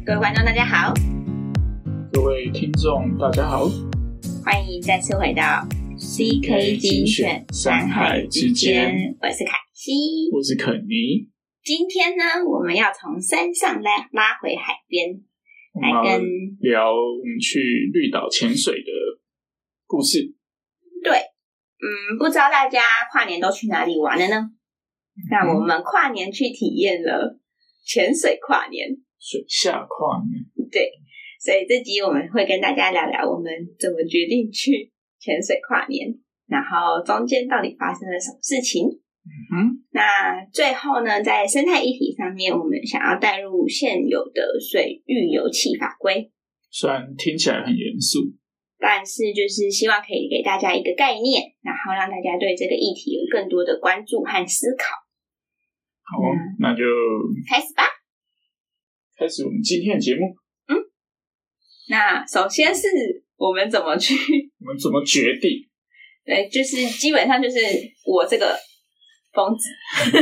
各位观众大家好， 各位听众大家好， 欢迎再次回到 CK 精选山海之间，我是凯西， 我是肯尼。 今天呢，我们要从山上拉回海边，来跟聊我们去绿岛潜水的故事。 对，不知道大家跨年都去哪里玩了呢？那我们跨年去体验了潜水跨年， 水下跨年。 对，所以这集我们会跟大家聊聊我们怎么决定去潜水跨年，然后中间到底发生了什么事情。那最后呢，在生态议题上面，我们想要带入现有的水域油气法规， 虽然听起来很严肃， 但是就是希望可以给大家一个概念，然后让大家对这个议题有更多的关注和思考。 好，那就开始吧。 开始我们今天的节目。 那首先是我们怎么决定？对，就是基本上就是我这个疯子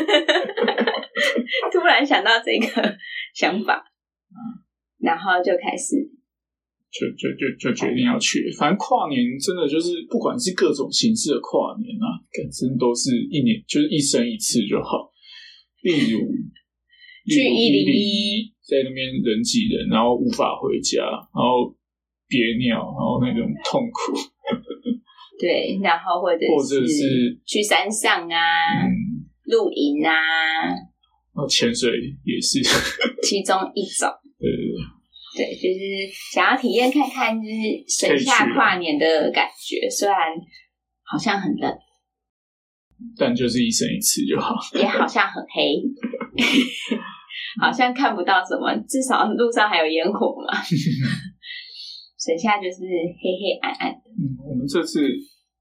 突然想到这个想法，然后就开始就决定要去。反正跨年真的就是不管是各种形式的跨年啊，真都是一年就是一生一次就好。例如去101， 在那边人挤人，然后无法回家，然后憋尿，然后那种痛苦。 对，然后或者是去山上啊，露营啊， 潜水也是其中一种。对，就是想要体验看看就是水下跨年的感觉，虽然好像很冷， 但就是一生一次就好， 也好像很黑好像看不到什么，至少路上还有烟火嘛水下就是黑黑暗暗的。 我们这次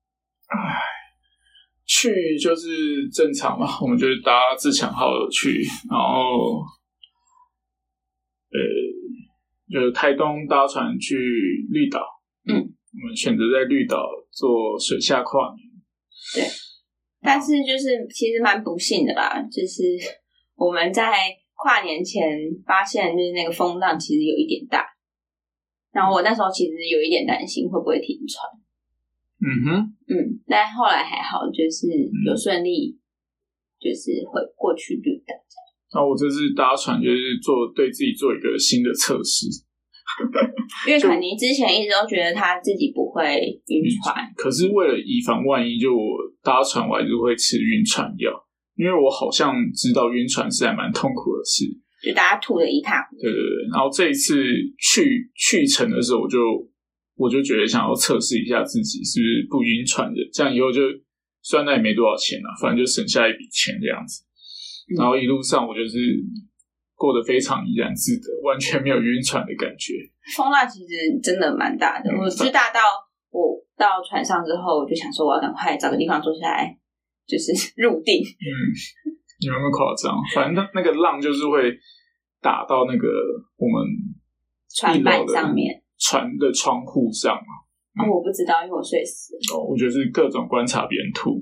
去就是正常嘛，我们就是搭自强号去，然后就是台东搭船去绿岛。我们选择在绿岛做水下跨年。 对，但是就是其实蛮不幸的啦，就是我们在跨年前发现就是那个风浪其实有一点大，然后我那时候其实有一点担心会不会停船。但后来还好，就是有顺利就是会过去绿岛。 那我这次搭船就是对自己做一个新的测试因为肯尼之前一直都觉得他自己不会晕船，可是为了以防万一，就我搭船我还是会吃晕船药，因为我好像知道晕船是还蛮痛苦的事， 就大家吐得一塌糊涂。 对，然后这一次去程的时候，我就觉得想要测试一下自己是不是不晕船的，这样以后就虽然那也没多少钱啊，反正就省下一笔钱这样子。然后一路上我就是过得非常怡然自得，完全没有晕船的感觉。 风浪其实真的蛮大的，我就大到我到船上之后，我就想说我要赶快找个地方坐下来，就是入定。 有没有夸张？反正那个浪就是会打到那个我们船板上面， 船的窗户上嘛。 我不知道，因为我睡死了。 我就是各种观察别人吐。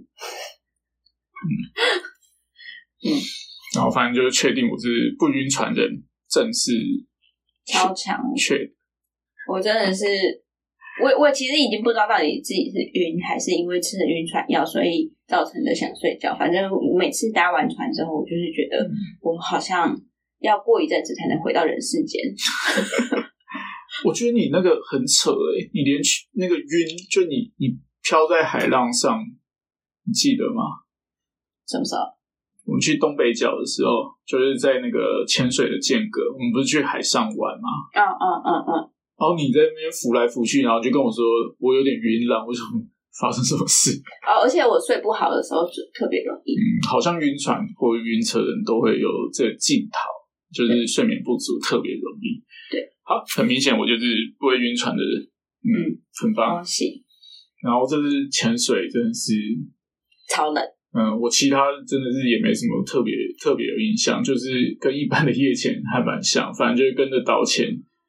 然后反正就是确定我是不晕船人，正式超强确定。 我真的是我其实已经不知道到底自己是晕还是因为吃了晕船药所以造成的想睡觉。反正每次搭完船之后，我就是觉得我好像要过一阵子才能回到人世间我觉得你那个很扯你连那个晕，就你飘在海浪上，你记得吗？ 什么时候？ 我们去东北角的时候，就是在那个潜水的间隔，我们不是去海上玩吗？然后你在那边浮来浮去，然后就跟我说我有点晕浪，为什么发生什么事？ 而且我睡不好的时候就特别容易。 好像晕船或晕车的人都会有这个镜头，就是睡眠不足特别容易。 对， 好，很明显我就是不会晕船的人。很棒。 恭喜。 然后这次潜水真的是超冷。 我其他真的是也没什么特别有印象，就是跟一般的夜潜还蛮像，反正就是跟着导潜，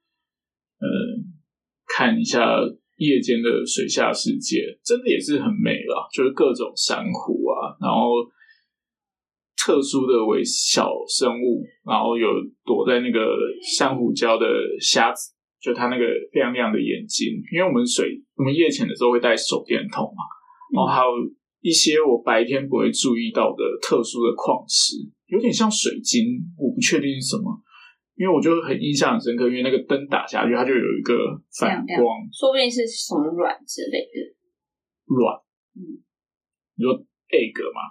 看一下夜间的水下世界，真的也是很美啦，就是各种珊瑚啊，然后特殊的微小生物，然后有躲在那个珊瑚礁的虾子，就它那个亮亮的眼睛。因为我们夜潜的时候会带手电筒嘛，然后还有一些我白天不会注意到的特殊的矿石，有点像水晶，我不确定是什么。因为我就很印象很深刻，因为那个灯打下去，它就有一个反光， 说不定是什么卵之类的。 卵，你说 egg 吗？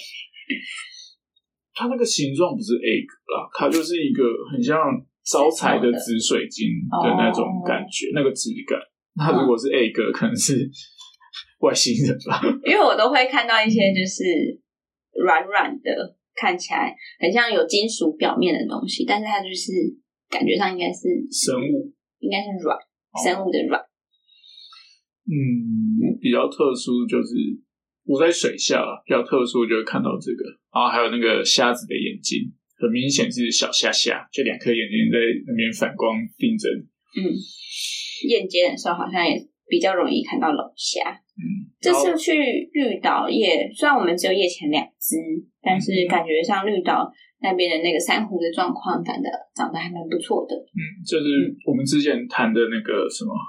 它那个形状不是 egg 啦，它就是一个很像招财的紫水晶的那种感觉，那个质感。它如果是 egg，可能是外星人吧。 因为我都会看到一些就是软软的。看起来很像有金属表面的东西，但是它就是感觉上应该是生物， 应该是卵，生物的卵。 比较特殊就是我在水下比较特殊，就会看到这个，然后还有那个虾子的眼睛，很明显是小虾虾，就2颗眼睛在那边反光定针。 夜间的时候好像也比较容易看到龙虾。这次去绿岛夜，虽然我们只有夜潜2只，但是感觉上绿岛那边的那个珊瑚的状况长得还蛮不错的。 就是我们之前谈的那个什么，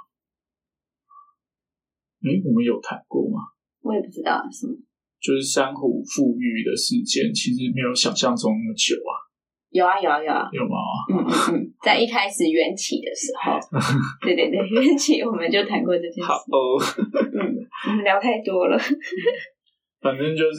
我们有谈过吗？ 我也不知道什么， 就是珊瑚富裕的事件，其实没有想象中那么久啊。 有啊， 有吗？ 在一开始缘起的时候，对，缘起我们就谈过这件事。 好我们聊太多了。 反正就是，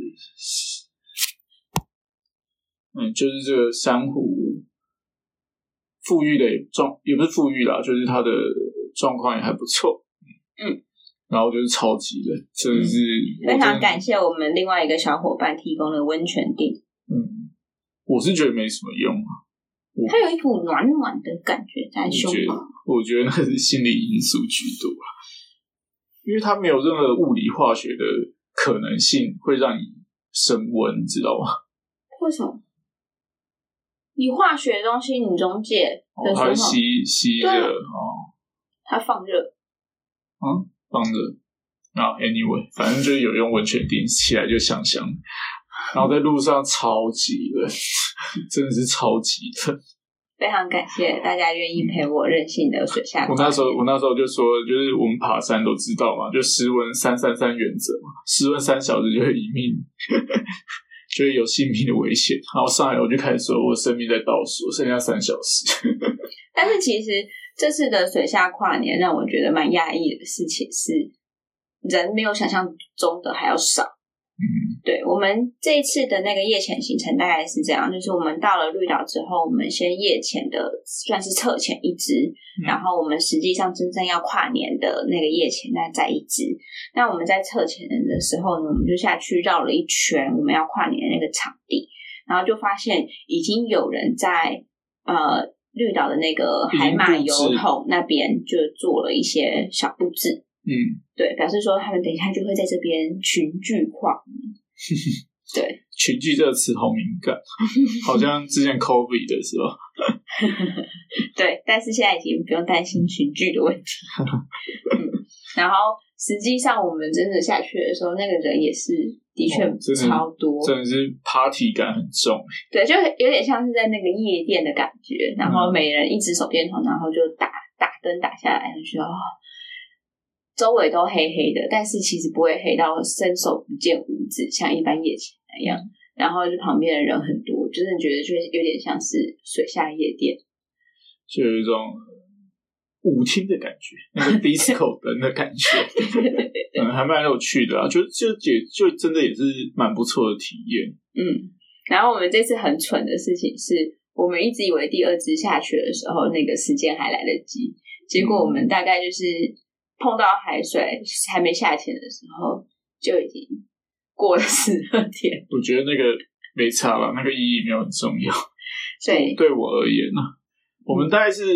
就是这个珊瑚富裕的也不是富裕啦，就是它的状况也还不错。然后就是超级的，真的是非常感谢我们另外一个小伙伴提供的温泉店。 我是觉得没什么用啊， 它有一股暖暖的感觉在胸口。 我觉得那是心理因素居多啊，因为它没有任何物理化学的可能性会让你升温，你知道吗？ 为什么？你化学的东西，你溶解的时候， 它会吸热它放热， 放热。anyway， 反正就是有用温泉顶起来就香香。然后在路上超级的，真的是超级的。 非常感谢大家愿意陪我任性的水下。 我那时候就说，就是我们爬山都知道嘛，就室温333原则嘛，室温3小时就会一命，就会有性命的危险。然后上来我就开始说，我生命在倒数，剩下3小时。 但是其实这次的水下跨年让我觉得蛮讶异的事情是，人没有想象中的还要少。对，我们这一次的那个夜潜行程大概是这样，就是我们到了绿岛之后，我们先夜潜的算是侧潜1只，然后我们实际上真正要跨年的那个夜潜再1只。那我们在侧潜的时候呢，我们就下去绕了一圈我们要跨年的那个场地，然后就发现已经有人在绿岛的那个海马油桶那边就做了一些小布置。对，表示说他们等一下就会在这边群聚跨年。对， 群聚这个词好敏感，好像之前 COVID 的时候。 对，但是现在已经不用担心群聚的问题。然后实际上我们真的下去的时候，那个人也是的确超多， 真的是 party 感很重。 对，就有点像是在那个夜店的感觉，然后每人一只手电筒，然后就打灯打下来，就觉得周围都黑黑的，但是其实不会黑到伸手不见五指，像一般夜潜那样。然后就旁边的人很多，真的觉得就有点像是水下夜店， 就有一种舞厅的感觉，那个 disco 灯的感觉。还蛮有趣的啊，就真的也是蛮不错的体验。 然后我们这次很蠢的事情是，我们一直以为第2支下去的时候那个时间还来得及，结果我们大概就是碰到海水还没下潜的时候就已经过了12点。 我觉得那个没差啦，那个意义没有很重要。对我而言呢，我们大概是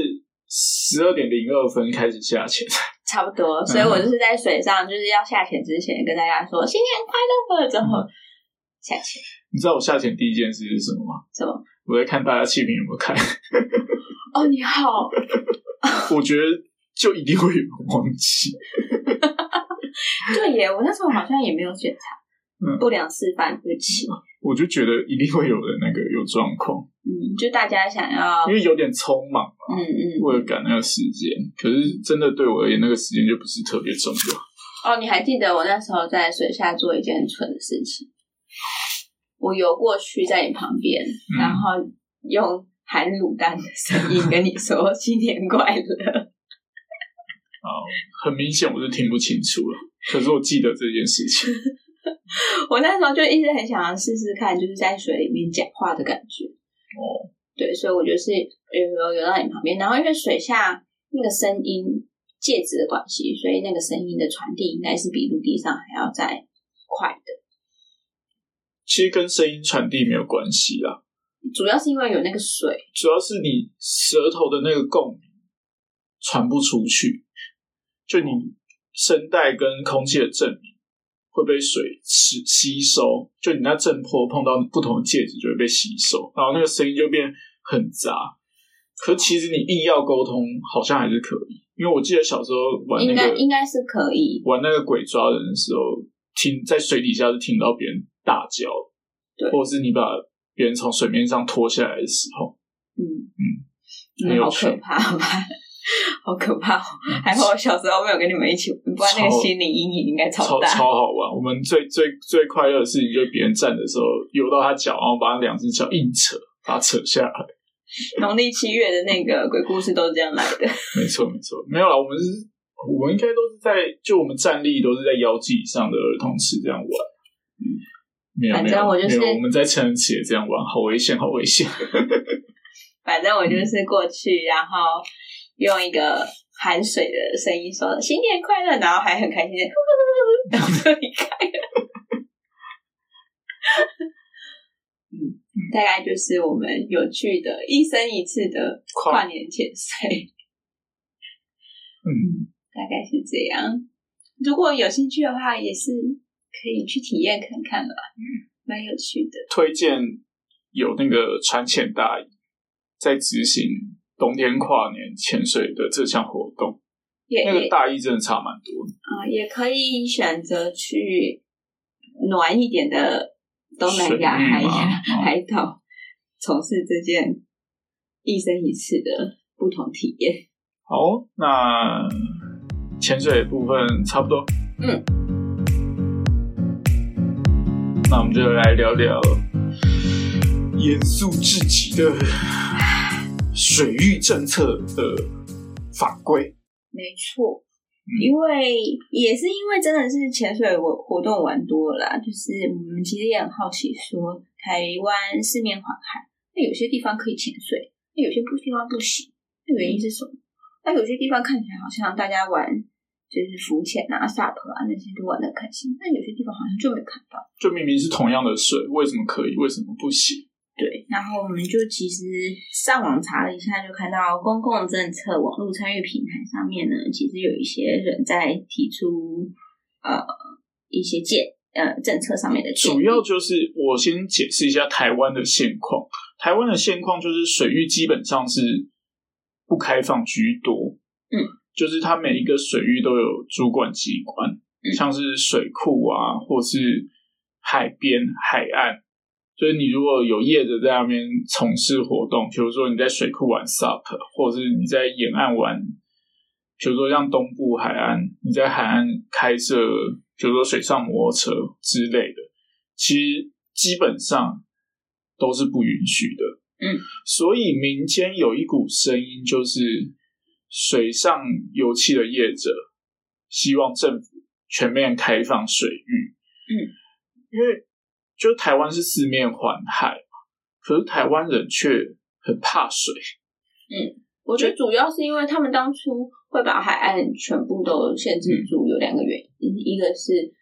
12点02分开始下潜， 差不多。所以我就是在水上，就是要下潜之前跟大家说新年快乐，之后下潜。 你知道我下潜第一件事是什么吗？ 什么？ 我在看大家气瓶有没有开。 哦，你好。 我觉得就一定会有人忘记。 对耶，我那时候好像也没有检查。不良示范，对不起。 我我就觉得一定会有人有状况。 就大家想要， 因为有点匆忙嘛，为了赶那个时间，可是真的对我而言，那个时间就不是特别重要。 你还记得我那时候在水下做一件很蠢的事情？我游过去在你旁边，然后用含卤蛋的声音跟你说新年快乐。 很明显我是听不清楚了，可是我记得这件事情。 我那时候就一直很想要试试看，就是在水里面讲话的感觉。对，所以我就是游到你旁边，然后因为水下那个声音介质的关系，所以那个声音的传递应该是比陆地上还要再快的。 其实跟声音传递没有关系啦， 主要是因为有那个水， 主要是你舌头的那个共鸣传不出去，就你声带跟空气的振鸣会被水吸收，就你那震波碰到不同的介质就会被吸收，然后那个声音就变很杂。可其实你硬要沟通好像还是可以，因为我记得小时候玩那个应该是可以玩那个鬼抓人的时候，在水底下是听到别人大叫， 对， 或者是你把别人从水面上拖下来的时候， 好可怕吧？好可怕！还好我小时候没有跟你们一起玩，不然那个心理阴影应该超大。 超好玩！我们最快乐的事情就是别人站的时候游到他脚，然后把他两只脚硬扯，把他扯下来。 农历7月的那个鬼故事都是这样来的。 没错，没有啦，我们应该都是就我们站立都是在腰际以上的儿童池这样玩。没有， 反正我就是我们在成人池也这样玩，好危险，好危险。 反正我就是过去，然后用一个含水的声音说新年快乐，然后还很开心的然后就离开了。大概就是我们有趣的一生一次的跨年潜水。大概是这样。如果有兴趣的话，也是可以去体验看看吧，蛮有趣的。 推荐有那个船潜大乙在执行冬天跨年潜水的这项活动，那个大乙真的差蛮多也可以选择去暖一点的东南亚海岛，从事这件一生一次的不同体验。 好，那潜水的部分差不多。那我们就来聊聊严肃至极的水域政策的法规。 没错，因为真的是潜水活动玩多了啦，就是我们其实也很好奇说，台湾四面环海，那有些地方可以潜水，那有些地方不行，那原因是什么？那有些地方看起来好像大家玩就是浮潜啊、SUP 啊那些都玩得开心，但有些地方好像就没看到， 就明明是同样的水，为什么可以，为什么不行？ 对，然后我们就其实上网查了一下，就看到公共政策网络参与平台上面呢，其实有一些人在提出一些政策上面的建议。 主要就是我先解释一下台湾的现况。台湾的现况就是水域基本上是不开放居多，就是它每一个水域都有主管机关，像是水库啊，或是海边、海岸。所以你如果有业者在那边从事活动，比如说你在水库玩 SUP， 或者是你在沿岸玩，比如说像东部海岸，你在海岸开设，比如说水上摩托车之类的，其实基本上都是不允许的。所以民间有一股声音，就是水上油气的业者希望政府全面开放水域。因为就台湾是四面环海嘛，可是台湾人却很怕水。 我觉得主要是因为他们当初会把海岸全部都限制住，有两个原因，一个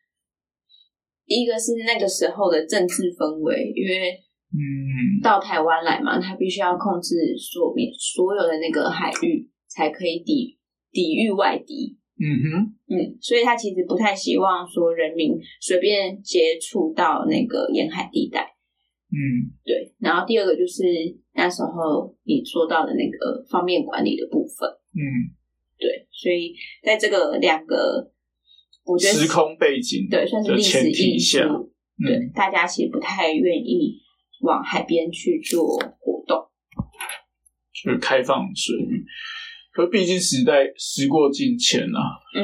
是那个时候的政治氛围，因为到台湾来嘛，他必须要控制所有的那个海域，才可以抵御外敌。所以他其实不太希望说人民随便接触到那个沿海地带。对。然后第二个就是那时候你说到的那个方面管理的部分。对。所以在这个两个我觉得时空背景对算是历史因素对，大家其实不太愿意往海边去做活动， 就是开放水域。可毕竟时过境迁啊，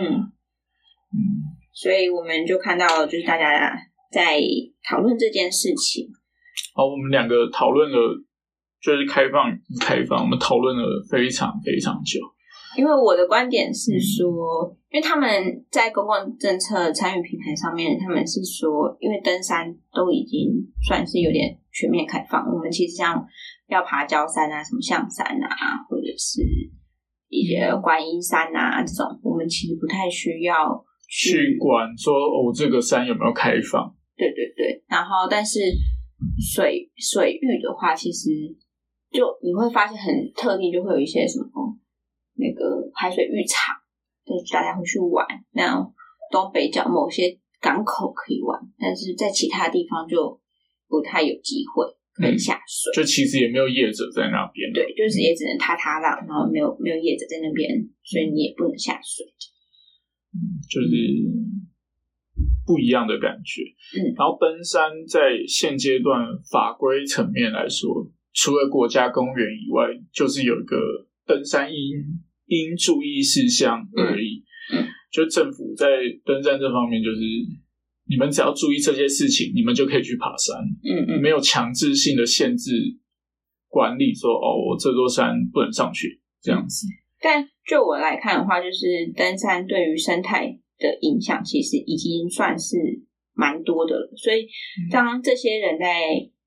所以我们就看到就是大家在讨论这件事情。 好，我们两个讨论了就是开放不开放，我们讨论了非常非常久。 因为我的观点是说，因为他们在公共政策参与平台上面，他们是说，因为登山都已经算是有点全面开放，我们其实像要爬郊山啊、什么象山啊，或者是一些观音山啊这种，我们其实不太需要去管说这个山有没有开放。 对对对，然后但是水域的话，其实就你会发现很特地，就会有一些什么那个海水浴场，就是大家会去玩。那东北角某些港口可以玩，但是在其他地方就不太有机会可以下水。 就其实也没有业者在那边。 对，就是也只能踏浪，然后没有业者在那边，所以你也不能下水。 就是不一样的感觉。然后登山在现阶段法规层面来说，除了国家公园以外，就是有一个登山应注意事项而已。就政府在登山这方面，就是你们只要注意这些事情，你们就可以去爬山。没有强制性的限制管理说我这座山不能上去这样子。 但就我来看的话，就是登山对于生态的影响其实已经算是蛮多的了。所以当这些人在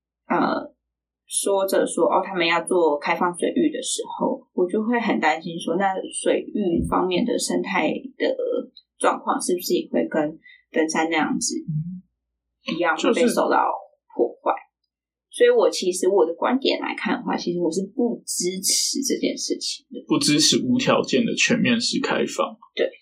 说着说他们要做开放水域的时候，我就会很担心说，那水域方面的生态的状况是不是也会跟登山那样子一样会被受到破坏？所以其实我的观点来看的话，其实我是不支持这件事情的， 不支持无条件的全面式开放。 对，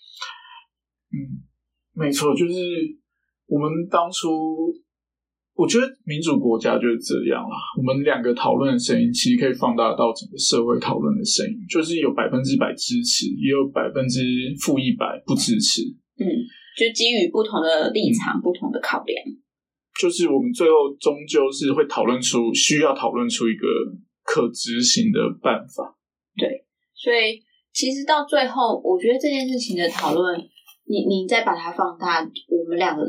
没错，就是我们当初，我觉得民主国家就是这样啦。我们两个讨论的声音，其实可以放大到整个社会讨论的声音，就是有100%支持，也有-100%不支持。 就基于不同的立场、不同的考量。 就是我们最后终究是会需要讨论出一个可执行的办法。 对，所以其实到最后，我觉得这件事情的讨论，你再把它放大，我们两个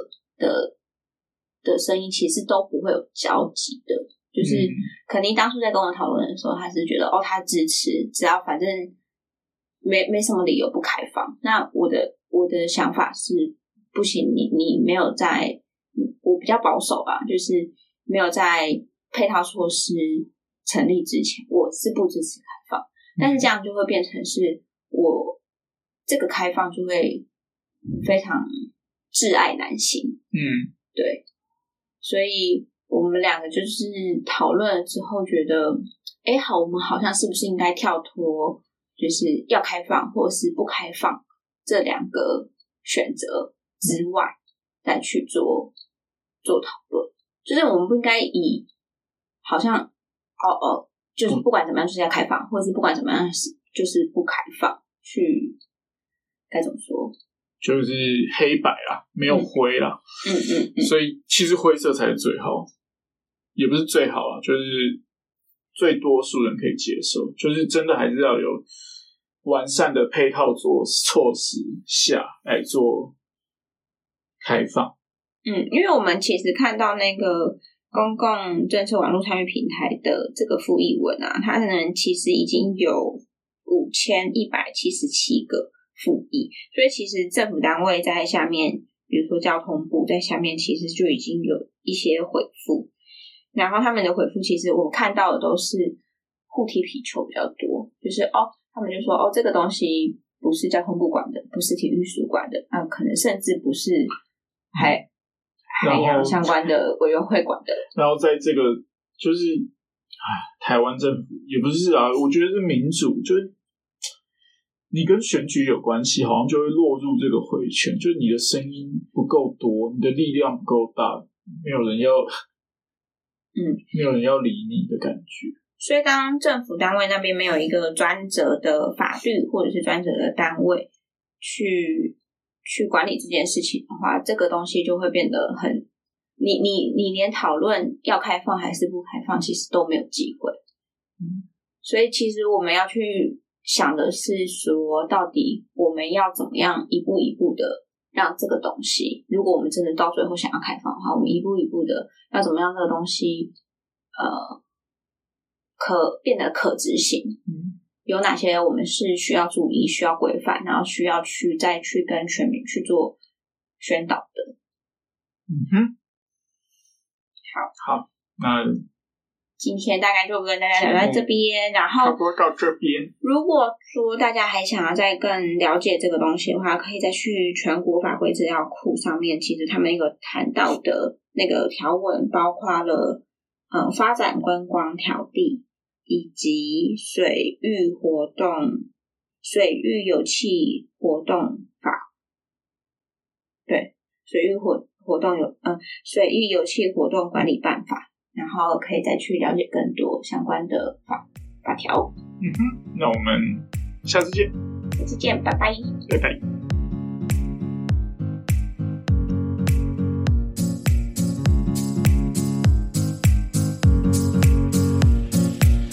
的声音其实都不会有交集的。就是肯定当初在跟我讨论的时候，他是觉得他支持，只要反正没什么理由不开放。那我的想法是不行，你没有在。我比较保守吧，就是没有在配套措施成立之前，我是不支持开放。但是这样就会变成是我这个开放就会非常窒碍难行。对，所以我们两个就是讨论了之后，觉得好，我们好像是不是应该跳脱，就是要开放或是不开放这两个选择之外，再去做讨论。就是我们不应该以好像就是不管怎么样就是要开放，或者是不管怎么样就是不开放，去该怎么说， 就是黑白啦，没有灰啦。所以其实灰色才是最好，也不是最好啦，就是最多数人可以接受。就是真的还是要有完善的配套措施下来做开放。 因为我们其实看到那个公共政策网络参与平台的这个复议文啊，它可能其实已经有5177个复议，所以其实政府单位在下面，比如说交通部在下面，其实就已经有一些回复。然后他们的回复其实我看到的都是互踢皮球比较多，就是他们就说这个东西不是交通部管的，不是体育署管的，可能甚至不是海洋相关的委员会管的。 然后在这个就是台湾政府也不是啊，我觉得是民主，就是你跟选举有关系，好像就会落入这个回圈，就是你的声音不够多，你的力量不够大，没有人要理你的感觉。 所以当政府单位那边没有一个专责的法律或者是专责的单位去管理这件事情的话，这个东西就会变得很你连讨论要开放还是不开放，其实都没有机会。所以其实我们要去想的是说，到底我们要怎么样一步一步的让这个东西，如果我们真的到最后想要开放的话，我们一步一步的要怎么样这个东西变得可执行。有哪些我们是需要注意、需要规范，然后需要再去跟全民去做宣导的。 好，那今天大概就跟大家聊到这边，然后差不多到这边。 如果说大家还想要再更了解这个东西的话，可以再去全国法规资料库上面，其实他们有谈到的那个条文，包括了发展观光条例，以及水域油气活动法。对，水域油气活动管理办法，然后可以再去了解更多相关的法条。 那我们下次见。 下次见，拜拜。 拜拜。